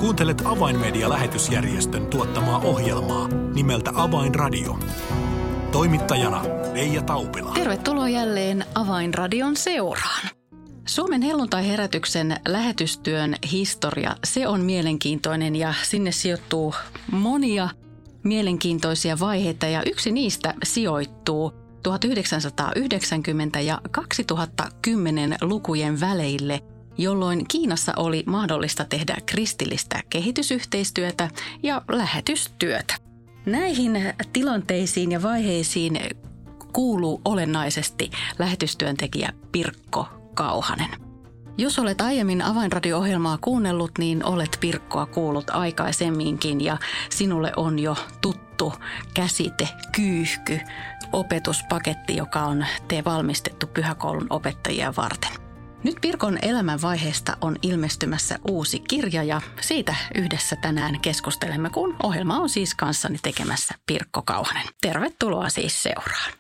Kuuntelet Avainmedia-lähetysjärjestön tuottamaa ohjelmaa nimeltä Avainradio. Toimittajana Leija Taupila. Tervetuloa jälleen Avainradion seuraan. Suomen helluntai-herätyksen lähetystyön historia, se on mielenkiintoinen ja sinne sijoittuu monia mielenkiintoisia vaiheita ja yksi niistä sijoittuu 1990 ja 2010 lukujen väleille, jolloin Kiinassa oli mahdollista tehdä kristillistä kehitysyhteistyötä ja lähetystyötä. Näihin tilanteisiin ja vaiheisiin kuuluu olennaisesti lähetystyöntekijä Pirkko Kauhanen. Jos olet aiemmin Avainradio-ohjelmaa kuunnellut, niin olet Pirkkoa kuullut aikaisemminkin ja sinulle on jo tuttu käsite kyyhky, opetuspaketti, joka on valmistettu Pyhäkoulun opettajia varten. Nyt Pirkon elämänvaiheesta on ilmestymässä uusi kirja ja siitä yhdessä tänään keskustelemme, kun ohjelma on siis kanssani tekemässä Pirkko Kauhanen. Tervetuloa siis seuraan.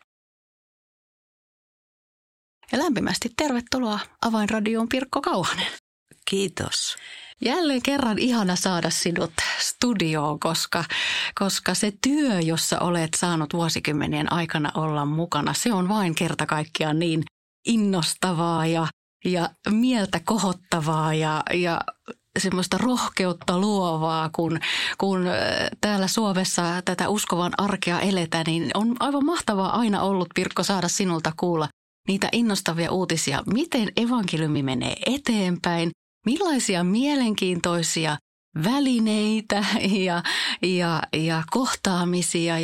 Ja lämpimästi tervetuloa Avainradioon Pirkko Kauhanen. Kiitos. Jälleen kerran ihana saada sinut studioon, koska se työ, jossa olet saanut vuosikymmenien aikana olla mukana, se on vain kerta kaikkiaan niin innostavaa ja mieltä kohottavaa ja semmoista rohkeutta luovaa, kun täällä Suomessa tätä uskovan arkea eletään, niin on aivan mahtavaa aina ollut, Pirkko, saada sinulta kuulla niitä innostavia uutisia, miten evankeliumi menee eteenpäin, millaisia mielenkiintoisia välineitä ja kohtaamisia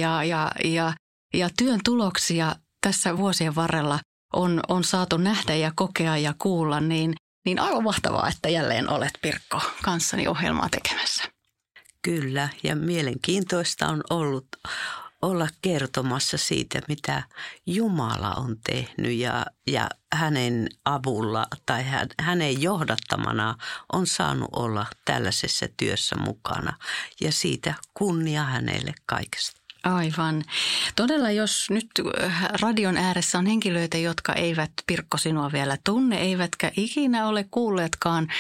ja työn tuloksia tässä vuosien varrella on saatu nähdä ja kokea ja kuulla, niin aivan mahtavaa, että jälleen olet, Pirkko, kanssani ohjelmaa tekemässä. Kyllä, ja mielenkiintoista on ollut olla kertomassa siitä, mitä Jumala on tehnyt ja hänen avulla tai hänen johdattamana on saanut olla tällaisessa työssä mukana ja siitä kunnia hänelle kaikesta. Aivan. Todella, jos nyt radion ääressä on henkilöitä, jotka eivät, Pirkko, sinua vielä tunne, eivätkä ikinä ole kuulleetkaan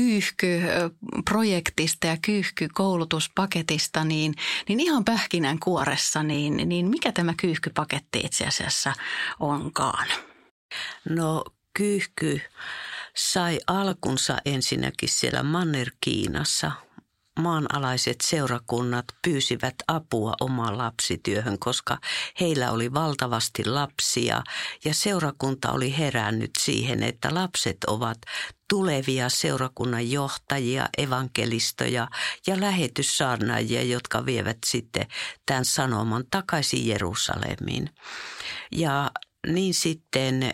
kyyhky-projektista ja kyyhky-koulutuspaketista, niin ihan pähkinänkuoressa, niin mikä tämä kyyhkypaketti itse asiassa onkaan? No, kyyhky sai alkunsa ensinnäkin siellä Manner-Kiinassa. Maanalaiset seurakunnat pyysivät apua omaan lapsityöhön, koska heillä oli valtavasti lapsia ja seurakunta oli herännyt siihen, että lapset ovat tulevia seurakunnan johtajia, evankelistoja ja lähetyssaarnaajia, jotka vievät sitten tämän sanoman takaisin Jerusalemiin. Ja niin sitten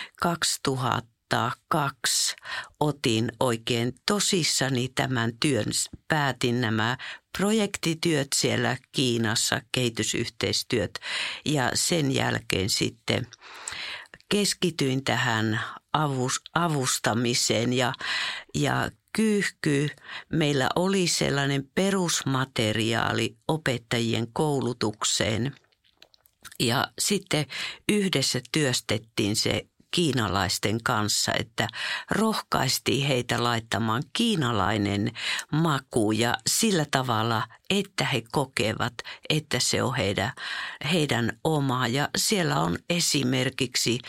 2002 otin oikein tosissani tämän työn, päätin nämä projektityöt siellä Kiinassa, kehitysyhteistyöt ja sen jälkeen sitten keskityin tähän avustamiseen ja kyyhky. Meillä oli sellainen perusmateriaali opettajien koulutukseen ja sitten yhdessä työstettiin se kiinalaisten kanssa, että rohkaistiin heitä laittamaan kiinalainen maku ja sillä tavalla, että he kokevat, että se on heidän omaa. Ja siellä on esimerkiksi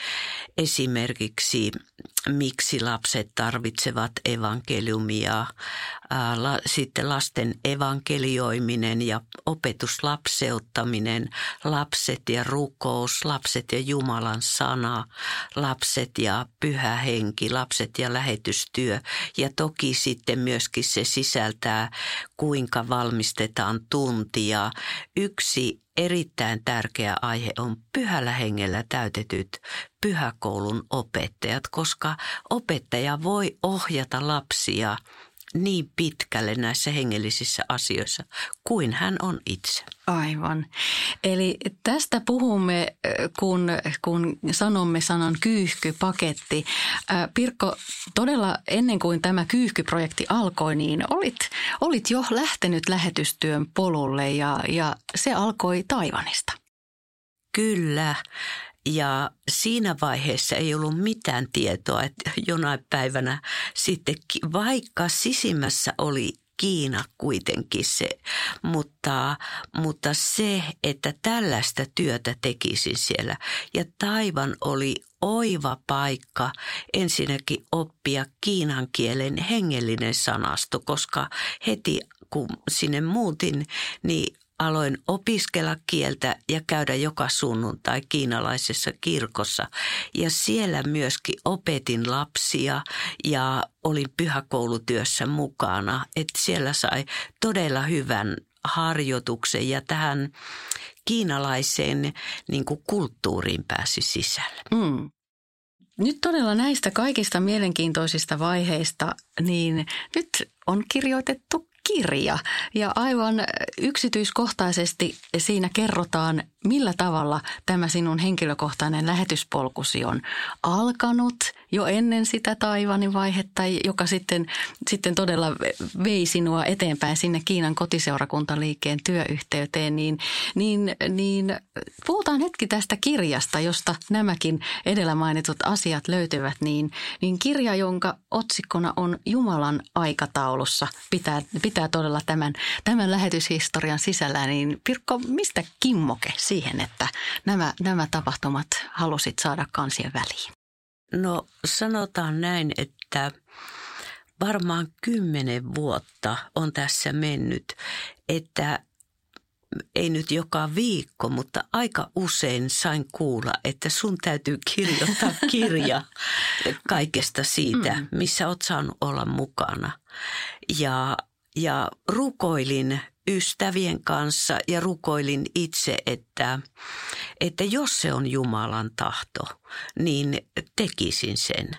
miksi lapset tarvitsevat evankeliumia, sitten lasten evankelioiminen ja opetuslapseuttaminen, lapset ja rukous, lapset ja Jumalan sana, lapset ja pyhä henki, lapset ja lähetystyö. Ja toki sitten myöskin se sisältää, kuinka valmistetaan tuntia. Yksi erittäin tärkeä aihe on pyhällä hengellä täytetyt pyhäkoulun opettajat, koska opettaja voi ohjata lapsia niin pitkälle näissä hengellisissä asioissa kuin hän on itse. Aivan. Eli tästä puhumme, kun sanomme sanan kyyhkypaketti. Pirkko, todella ennen kuin tämä kyyhkyprojekti alkoi, niin olit jo lähtenyt lähetystyön polulle ja se alkoi Taiwanista. Kyllä. Ja siinä vaiheessa ei ollut mitään tietoa, että jonain päivänä sitten, vaikka sisimmässä oli Kiina kuitenkin se, mutta se, että tällaista työtä tekisin siellä. Ja Taiwan oli oiva paikka ensinnäkin oppia kiinan kielen hengellinen sanasto, koska heti kun sinne muutin, niin aloin opiskella kieltä ja käydä joka sunnuntai kiinalaisessa kirkossa. Ja siellä myöskin opetin lapsia ja olin pyhäkoulutyössä mukana. Että siellä sai todella hyvän harjoituksen ja tähän kiinalaiseen niin kuin kulttuuriin pääsi sisälle. Mm. Nyt todella näistä kaikista mielenkiintoisista vaiheista, niin nyt on kirjoitettu kirja ja aivan yksityiskohtaisesti siinä kerrotaan, millä tavalla tämä sinun henkilökohtainen lähetyspolkusi on alkanut jo ennen sitä Taiwanin vaihetta, joka sitten todella vei sinua eteenpäin sinne Kiinan kotiseurakuntaliikkeen työyhteyteen, niin puhutaan hetki tästä kirjasta, josta nämäkin edellä mainitut asiat löytyvät, niin kirja, jonka otsikkona on Jumalan aikataulussa, pitää todella tämän lähetyshistorian sisällä, niin Pirkko, mistä kimmoke siihen, että nämä tapahtumat halusit saada kansien väliin? No sanotaan näin, että varmaan 10 vuotta on tässä mennyt, että ei nyt joka viikko, mutta aika usein sain kuulla, että sun täytyy kirjoittaa kirja kaikesta siitä, missä oot saanut olla mukana. Ja rukoilin ystävien kanssa ja rukoilin itse, että jos se on Jumalan tahto, niin tekisin sen.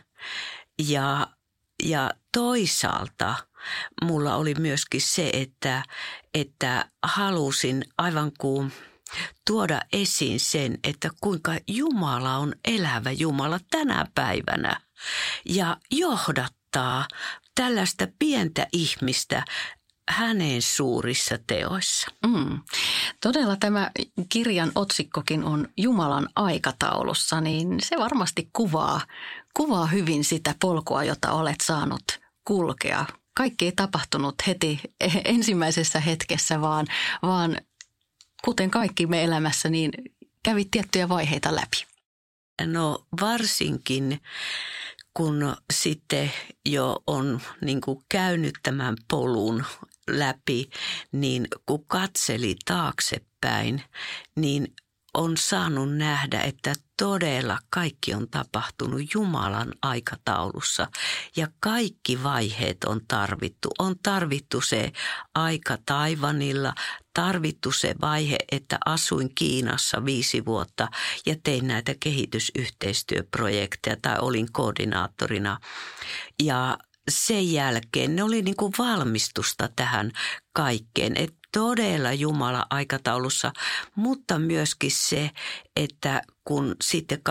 Ja toisaalta mulla oli myöskin se, että halusin aivan kuin tuoda esiin sen, että kuinka Jumala on elävä Jumala tänä päivänä ja johdattaa tällaista pientä ihmistä hänen suurissa teoissa. Todella tämä kirjan otsikkokin on Jumalan aikataulussa, niin se varmasti kuvaa hyvin sitä polkua, jota olet saanut kulkea. Kaikki ei tapahtunut heti ensimmäisessä hetkessä, vaan kuten kaikki me elämässä, niin kävit tiettyjä vaiheita läpi. No varsinkin kun sitten jo on niin kuin käynyt tämän polun läpi, niin kun katseli taaksepäin, niin on saanut nähdä, että todella kaikki on tapahtunut Jumalan aikataulussa ja kaikki vaiheet on tarvittu. On tarvittu se aika Taiwanilla, tarvittu se vaihe, että asuin Kiinassa 5 vuotta ja tein näitä kehitysyhteistyöprojekteja tai olin koordinaattorina. Ja sen jälkeen ne oli niin kuin valmistusta tähän kaikkeen, että todella Jumala aikataulussa, mutta myöskin se, että kun sitten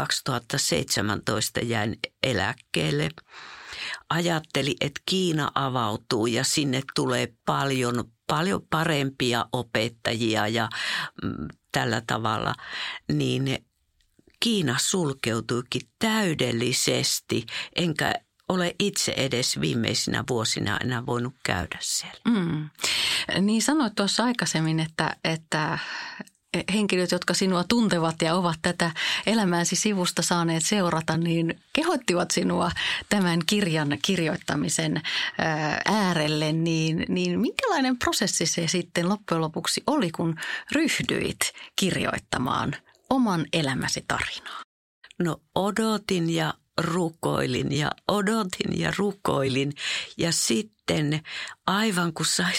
2017 jäin eläkkeelle, ajattelin, että Kiina avautuu ja sinne tulee paljon parempia opettajia ja tällä tavalla, niin Kiina sulkeutuikin täydellisesti, enkä ole itse edes viimeisinä vuosina enää voinut käydä siellä. Niin sanoit tuossa aikaisemmin, että henkilöt, jotka sinua tuntevat ja ovat tätä elämääsi sivusta saaneet seurata, niin kehottivat sinua tämän kirjan kirjoittamisen äärelle. Niin minkälainen prosessi se sitten loppujen lopuksi oli, kun ryhdyit kirjoittamaan oman elämäsi tarinaa? No odotin ja rukoilin ja odotin ja rukoilin ja sitten aivan kun sai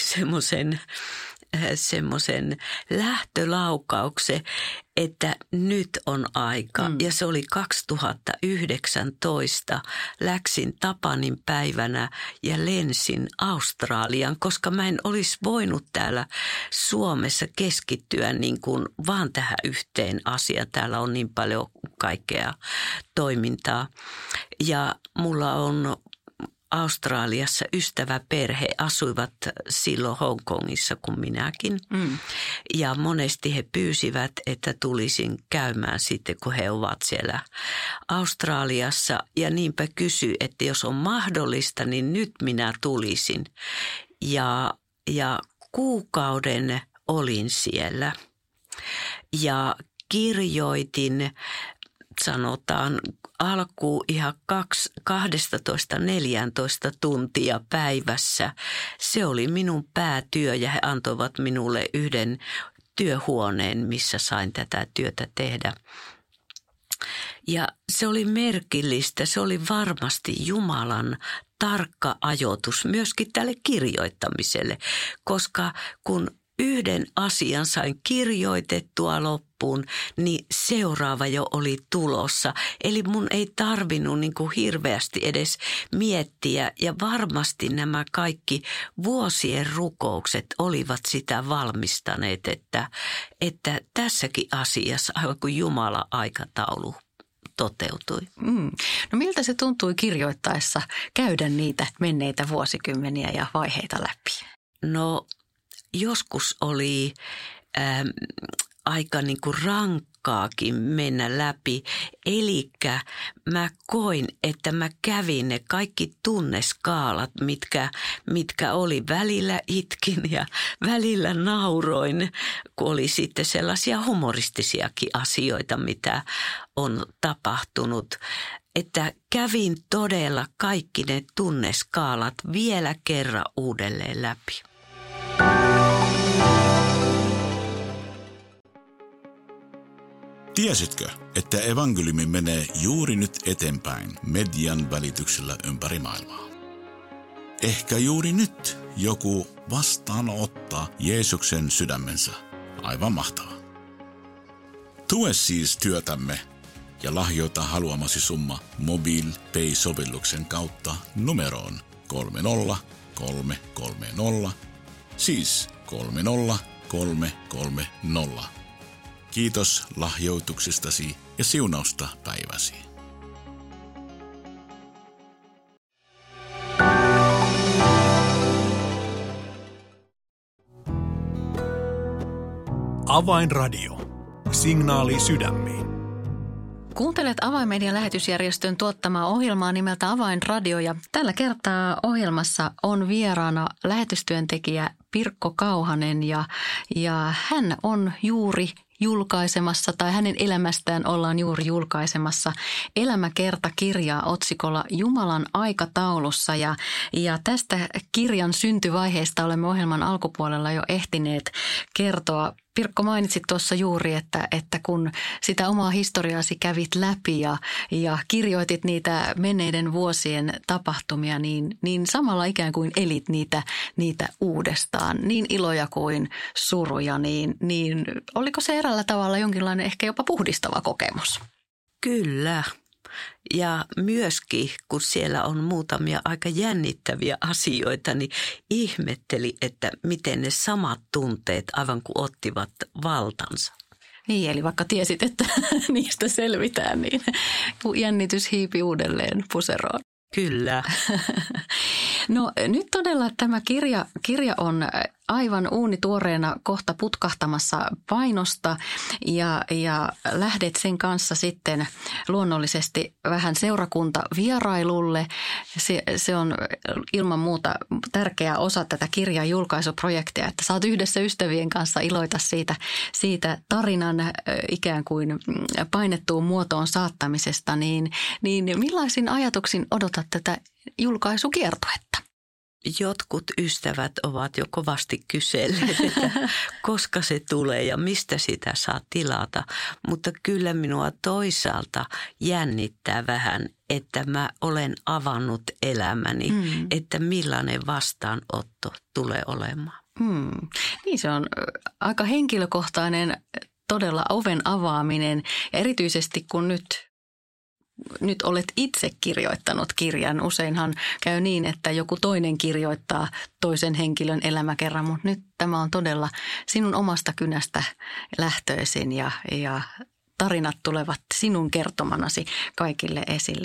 semmoisen lähtölaukauksen, että nyt on aika. Ja se oli 2019. Läksin Tapanin päivänä ja lensin Australiaan, koska mä en olisi voinut täällä Suomessa keskittyä niin kuin vaan tähän yhteen asiaan. Täällä on niin paljon kaikkea toimintaa. Ja mulla on Australiassa ystäväperhe, asuivat silloin Hongkongissa kuin minäkin. Ja monesti he pyysivät, että tulisin käymään sitten, kun he ovat siellä Australiassa. Ja niinpä kysyi, että jos on mahdollista, niin nyt minä tulisin. ja kuukauden olin siellä ja kirjoitin, sanotaan alkuun ihan 12-14 tuntia päivässä. Se oli minun päätyö ja he antoivat minulle yhden työhuoneen, missä sain tätä työtä tehdä. Ja se oli merkillistä, se oli varmasti Jumalan tarkka ajoitus myöskin tälle kirjoittamiselle, koska kun yhden asian sain kirjoitettua loppuun, niin seuraava jo oli tulossa. Eli mun ei tarvinnut niin kuin hirveästi edes miettiä ja varmasti nämä kaikki vuosien rukoukset olivat sitä valmistaneet, että tässäkin asiassa aivan kuin Jumalan aikataulu toteutui. No miltä se tuntui kirjoittaessa käydä niitä menneitä vuosikymmeniä ja vaiheita läpi? No joskus oli aika niin kuin rankkaakin mennä läpi. Elikkä mä koin, että mä kävin ne kaikki tunneskaalat, mitkä oli. Välillä itkin ja välillä nauroin, kun oli sitten sellaisia humoristisiakin asioita, mitä on tapahtunut. Että kävin todella kaikki ne tunneskaalat vielä kerran uudelleen läpi. Tiesitkö, että evankeliumi menee juuri nyt eteenpäin median välityksellä ympäri maailmaa? Ehkä juuri nyt joku vastaanottaa Jeesuksen sydämensä. Aivan mahtavaa. Tue siis työtämme ja lahjoita haluamasi summa MobilePay-sovelluksen kautta numeroon 30330, siis 30330. Kiitos lahjoituksestasi ja siunausta päiväsi. Avainradio. Signaali sydämiin. Kuuntelet Avainmedian lähetysjärjestön tuottamaa ohjelmaa nimeltä Avainradio ja tällä kertaa ohjelmassa on vieraana lähetystyöntekijä Pirkko Kauhanen ja hän on juuri julkaisemassa tai hänen elämästään ollaan juuri julkaisemassa elämäkertakirjaa otsikolla Jumalan aikataulussa ja tästä kirjan syntyvaiheesta olemme ohjelman alkupuolella jo ehtineet kertoa. Pirkko, mainitsit tuossa juuri, että kun sitä omaa historiaasi kävit läpi ja kirjoitit niitä menneiden vuosien tapahtumia, niin samalla ikään kuin elit niitä uudestaan, niin iloja kuin suruja, niin oliko se eräällä tavalla jonkinlainen ehkä jopa puhdistava kokemus? Kyllä. Ja myöskin, kun siellä on muutamia aika jännittäviä asioita, niin ihmetteli, että miten ne samat tunteet aivan kuin ottivat valtansa. Niin, eli vaikka tiesit, että niistä selvitään, niin jännitys hiipi uudelleen puseroon. Kyllä. No nyt todella tämä kirja on aivan uunituoreena kohta putkahtamassa painosta ja lähdet sen kanssa sitten luonnollisesti vähän seurakuntavierailulle. Se on ilman muuta tärkeä osa tätä kirjan julkaisuprojektia, että saat yhdessä ystävien kanssa iloita siitä tarinan ikään kuin painettuun muotoon saattamisesta, niin millaisin ajatuksin odotat tätä julkaisukiertuetta? Jotkut ystävät ovat jo kovasti kyselleet, että koska se tulee ja mistä sitä saa tilata. Mutta kyllä minua toisaalta jännittää vähän, että mä olen avannut elämäni, että millainen vastaanotto tulee olemaan. Niin se on aika henkilökohtainen todella oven avaaminen ja erityisesti kun nyt olet itse kirjoittanut kirjan. Useinhan käy niin, että joku toinen kirjoittaa toisen henkilön elämäkerran, mutta nyt tämä on todella sinun omasta kynästä lähtöisin ja tarinat tulevat sinun kertomanasi kaikille esille.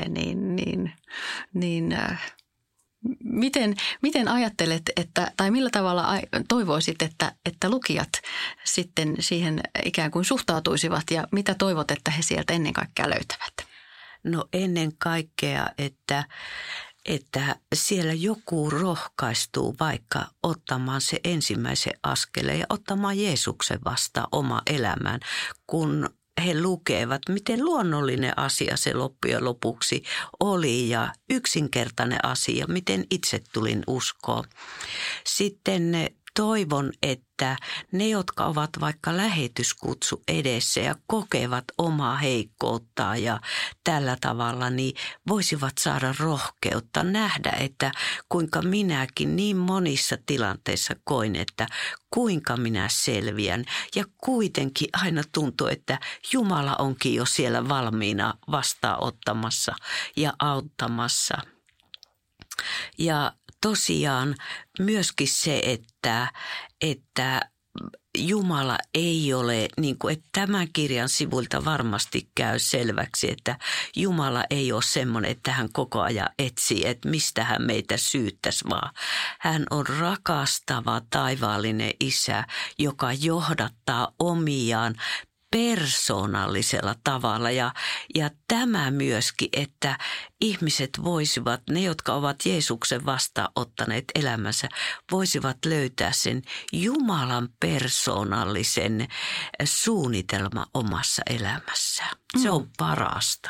Miten ajattelet, tai millä tavalla toivoisit, että lukijat sitten siihen ikään kuin suhtautuisivat ja mitä toivot, että he sieltä ennen kaikkea löytävät? No ennen kaikkea, että siellä joku rohkaistuu vaikka ottamaan se ensimmäisen askeleen ja ottamaan Jeesuksen vastaan oma elämään, kun he lukevat, miten luonnollinen asia se loppujen lopuksi oli ja yksinkertainen asia, miten itse tulin uskoon. Sitten toivon, että ne, jotka ovat vaikka lähetyskutsu edessä ja kokevat omaa heikkouttaan ja tällä tavalla, niin voisivat saada rohkeutta nähdä, että kuinka minäkin niin monissa tilanteissa koin, että kuinka minä selviän. Ja kuitenkin aina tuntuu, että Jumala onkin jo siellä valmiina vastaanottamassa ja auttamassa. Ja tosiaan myöskin se, että Jumala ei ole, niin kuin että tämän kirjan sivuilta varmasti käy selväksi, että Jumala ei ole semmoinen, että hän koko ajan etsii, että mistä hän meitä syyttäisi, vaan hän on rakastava taivaallinen isä, joka johdattaa omiaan persoonallisella tavalla ja tämä myöskin, että ihmiset voisivat, ne jotka ovat Jeesuksen vastaanottaneet elämänsä, voisivat löytää sen Jumalan persoonallisen suunnitelma omassa elämässään. Se on parasta.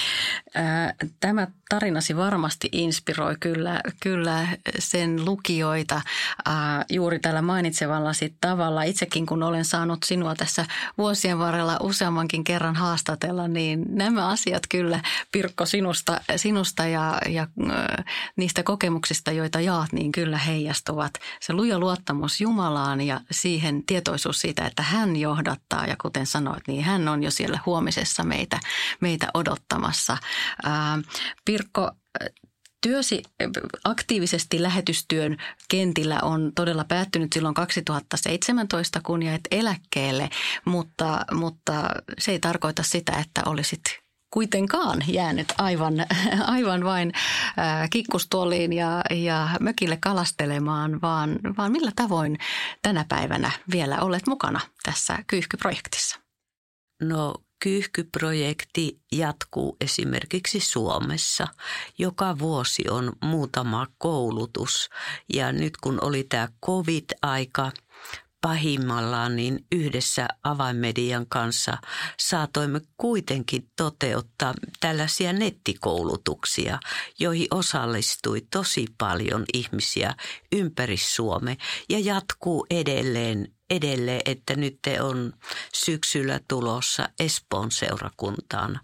Tämä tarinasi varmasti inspiroi kyllä sen lukijoita juuri tällä mainitsevallasi tavalla. Itsekin kun olen saanut sinua tässä vuosien varrella useammankin kerran haastatella, niin nämä asiat kyllä, Pirkko, sinusta ja niistä kokemuksista, joita jaat, niin kyllä heijastuvat. Se luja luottamus Jumalaan ja siihen tietoisuus siitä, että hän johdattaa ja kuten sanoit, niin hän on jo siellä huomisessa meitä odottamassa. Pirkko, työsi aktiivisesti lähetystyön kentillä on todella päättynyt silloin 2017, kun jäit eläkkeelle, mutta se ei tarkoita sitä, että olisit kuitenkaan jäänyt aivan vain kikkustuoliin ja mökille kalastelemaan, vaan millä tavoin tänä päivänä vielä olet mukana tässä Kyyhky-projektissa? No, Kyyhky-projekti jatkuu esimerkiksi Suomessa. Joka vuosi on muutama koulutus ja nyt kun oli tämä COVID-aika pahimmillaan, niin yhdessä Avainmedian kanssa saatoimme kuitenkin toteuttaa tällaisia nettikoulutuksia, joihin osallistui tosi paljon ihmisiä ympäri Suomea ja jatkuu edelleen, että nyt on syksyllä tulossa Espoon seurakuntaan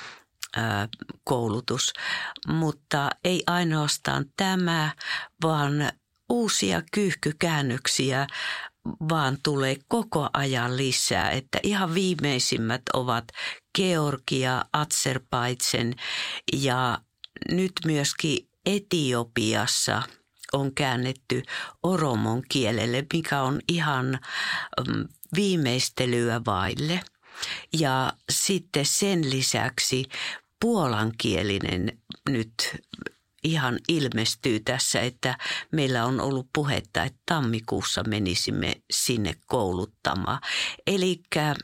koulutus. Mutta ei ainoastaan tämä, vaan uusia kyyhkykäännöksiä vaan tulee koko ajan lisää. Että ihan viimeisimmät ovat Georgia, Azerbaidžan ja nyt myöskin Etiopiassa on käännetty oromon kielelle, mikä on ihan viimeistelyä vaille. Ja sitten sen lisäksi puolankielinen nyt ihan ilmestyy tässä, että meillä on ollut puhetta, että tammikuussa menisimme sinne kouluttamaan. Elikkä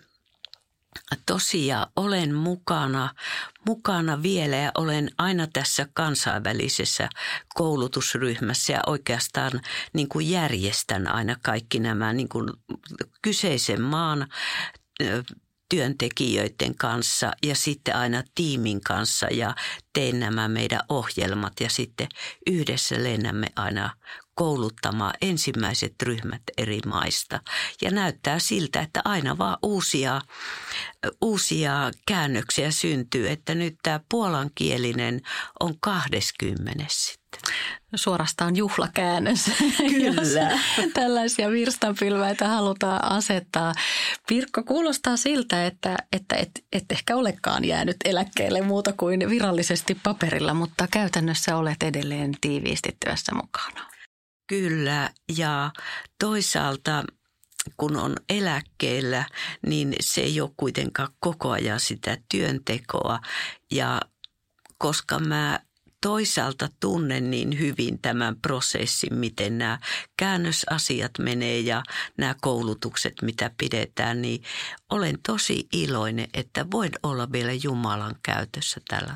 tosiaan olen mukana vielä ja olen aina tässä kansainvälisessä koulutusryhmässä ja oikeastaan niin kuin järjestän aina kaikki nämä niin kuin kyseisen maan työntekijöiden kanssa ja sitten aina tiimin kanssa ja teen nämä meidän ohjelmat ja sitten yhdessä lennämme aina kouluttamaan ensimmäiset ryhmät eri maista. Ja näyttää siltä, että aina vaan uusia käännöksiä syntyy, että nyt tämä puolankielinen on 20 sitten. Suorastaan juhlakäännös, Kyllä. Tällaisia virstanpylväitä halutaan asettaa. Pirkko, kuulostaa siltä, että et ehkä olekaan jäänyt eläkkeelle muuta kuin virallisesti paperilla, mutta käytännössä olet edelleen tiiviisti työssä mukana. Kyllä, ja toisaalta kun on eläkkeellä, niin se ei ole kuitenkaan koko ajan sitä työntekoa. Ja koska mä toisaalta tunnen niin hyvin tämän prosessin, miten nämä käännösasiat menee ja nämä koulutukset, mitä pidetään, niin olen tosi iloinen, että voin olla vielä Jumalan käytössä tällä tavalla.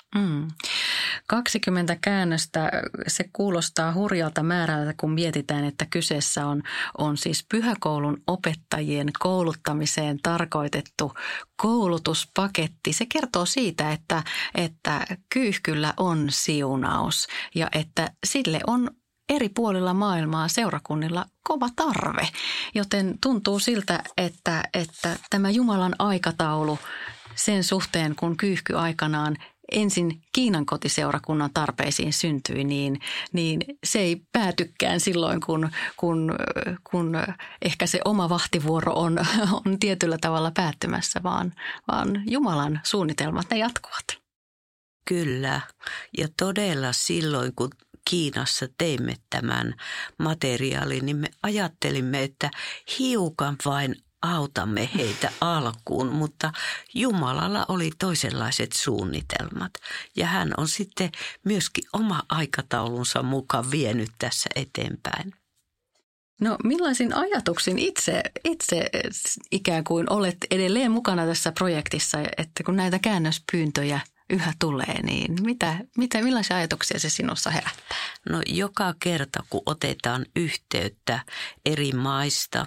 20 käännöstä, se kuulostaa hurjalta määrältä, kun mietitään, että kyseessä on siis pyhäkoulun opettajien kouluttamiseen tarkoitettu koulutuspaketti. Se kertoo siitä, että kyyhkyllä on siunaus ja että sille on eri puolilla maailmaa seurakunnilla kova tarve, joten tuntuu siltä, että tämä Jumalan aikataulu sen suhteen, kun kyyhky aikanaan ensin Kiinan kotiseurakunnan tarpeisiin syntyi, niin se ei päätykään silloin, kun ehkä se oma vahtivuoro on tietyllä tavalla päättymässä, vaan Jumalan suunnitelmat, ne jatkuvat. Kyllä, ja todella silloin, kun Kiinassa teimme tämän materiaalin, niin me ajattelimme, että hiukan vain autamme heitä alkuun, mutta Jumalalla oli toisenlaiset suunnitelmat ja hän on sitten myöskin oma aikataulunsa mukaan vienyt tässä eteenpäin. No millaisin ajatuksin itse ikään kuin olet edelleen mukana tässä projektissa, että kun näitä käännöspyyntöjä yhä tulee, niin millaisia ajatuksia se sinussa herättää? No joka kerta, kun otetaan yhteyttä eri maista,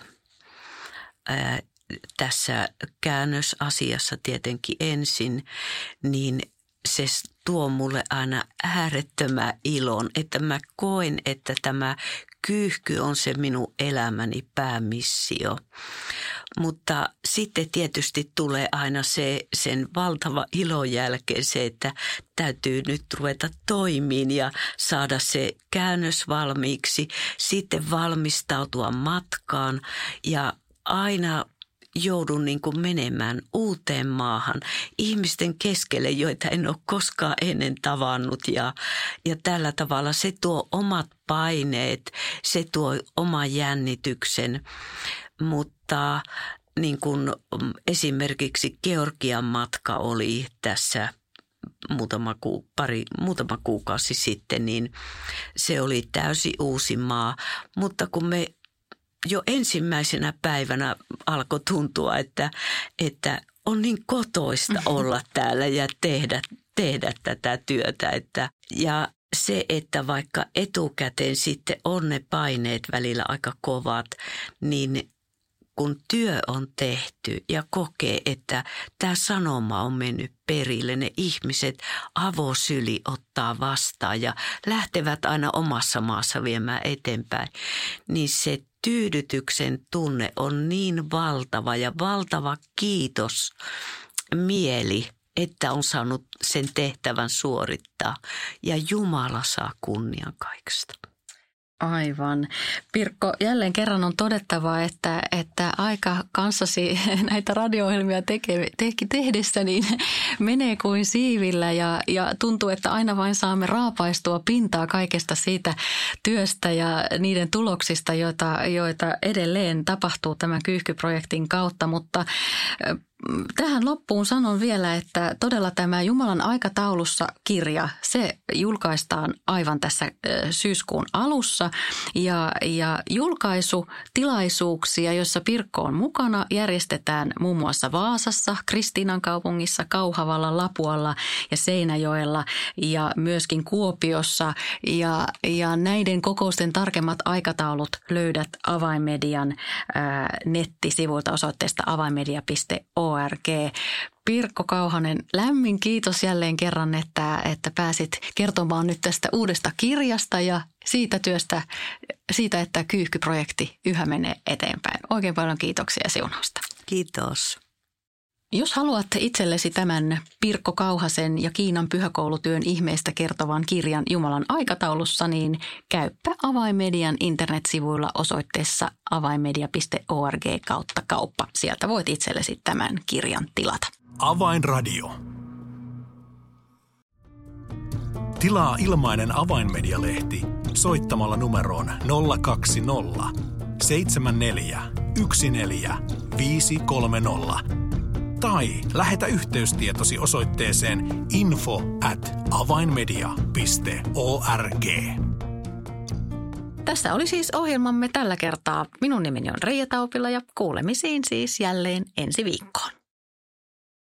tässä käännösasiassa tietenkin ensin, niin se tuo mulle aina äärettömän ilon, että mä koen, että tämä kyyhky on se minun elämäni päämissio. Mutta sitten tietysti tulee aina sen valtava ilon jälkeen se, että täytyy nyt ruveta toimiin ja saada se käännös valmiiksi, sitten valmistautua matkaan ja aina joudun niin kuin menemään uuteen maahan ihmisten keskelle, joita en ole koskaan ennen tavannut ja tällä tavalla se tuo omat paineet, se tuo oman jännityksen, mutta niin kuin esimerkiksi Georgian matka oli tässä muutama kuukausi sitten, niin se oli täysin uusi maa, mutta kun me jo ensimmäisenä päivänä alkoi tuntua, että on niin kotoista olla täällä ja tehdä tätä työtä. Ja se, että vaikka etukäteen sitten on ne paineet välillä aika kovat, niin kun työ on tehty ja kokee, että tämä sanoma on mennyt perille, ne ihmiset avosyli ottaa vastaan ja lähtevät aina omassa maassa viemään eteenpäin, niin se tyydytyksen tunne on niin valtava ja valtava kiitos mieli, että on saanut sen tehtävän suorittaa ja Jumala saa kunnian kaikesta. Aivan. Pirkko, jälleen kerran on todettava, että aika kanssasi näitä radio-ohjelmia tehdessä niin menee kuin siivillä ja tuntuu, että aina vain saamme raapaistua pintaa kaikesta siitä työstä ja niiden tuloksista, joita edelleen tapahtuu tämän kyyhkyprojektin kautta, mutta tähän loppuun sanon vielä, että todella tämä Jumalan aikataulussa -kirja, se julkaistaan aivan tässä syyskuun alussa ja julkaisutilaisuuksia, joissa Pirkko on mukana, järjestetään muun muassa Vaasassa, Kristiinankaupungissa, Kauhavalla, Lapualla ja Seinäjoella ja myöskin Kuopiossa ja näiden kokousten tarkemmat aikataulut löydät Avainmedian nettisivuilta osoitteesta avainmedia.org. Pirkko Kauhanen, lämmin kiitos jälleen kerran, että pääsit kertomaan nyt tästä uudesta kirjasta ja siitä, että kyyhkyprojekti yhä menee eteenpäin. Oikein paljon kiitoksia ja siunausta. Kiitos. Jos haluat itsellesi tämän Pirkko Kauhasen ja Kiinan pyhäkoulutyön ihmeistä kertovan kirjan Jumalan aikataulussa, niin käyppä Avainmedian internetsivuilla osoitteessa avainmedia.org/kauppa. Sieltä voit itsellesi tämän kirjan tilata. Avainradio. Tilaa ilmainen Avainmedia-lehti soittamalla numeroon 020 74 14 530. Tai lähetä yhteystietosi osoitteeseen info@avainmedia.org. Tässä oli siis ohjelmamme tällä kertaa. Minun nimeni on Reija Taupila ja kuulemisiin siis jälleen ensi viikkoon.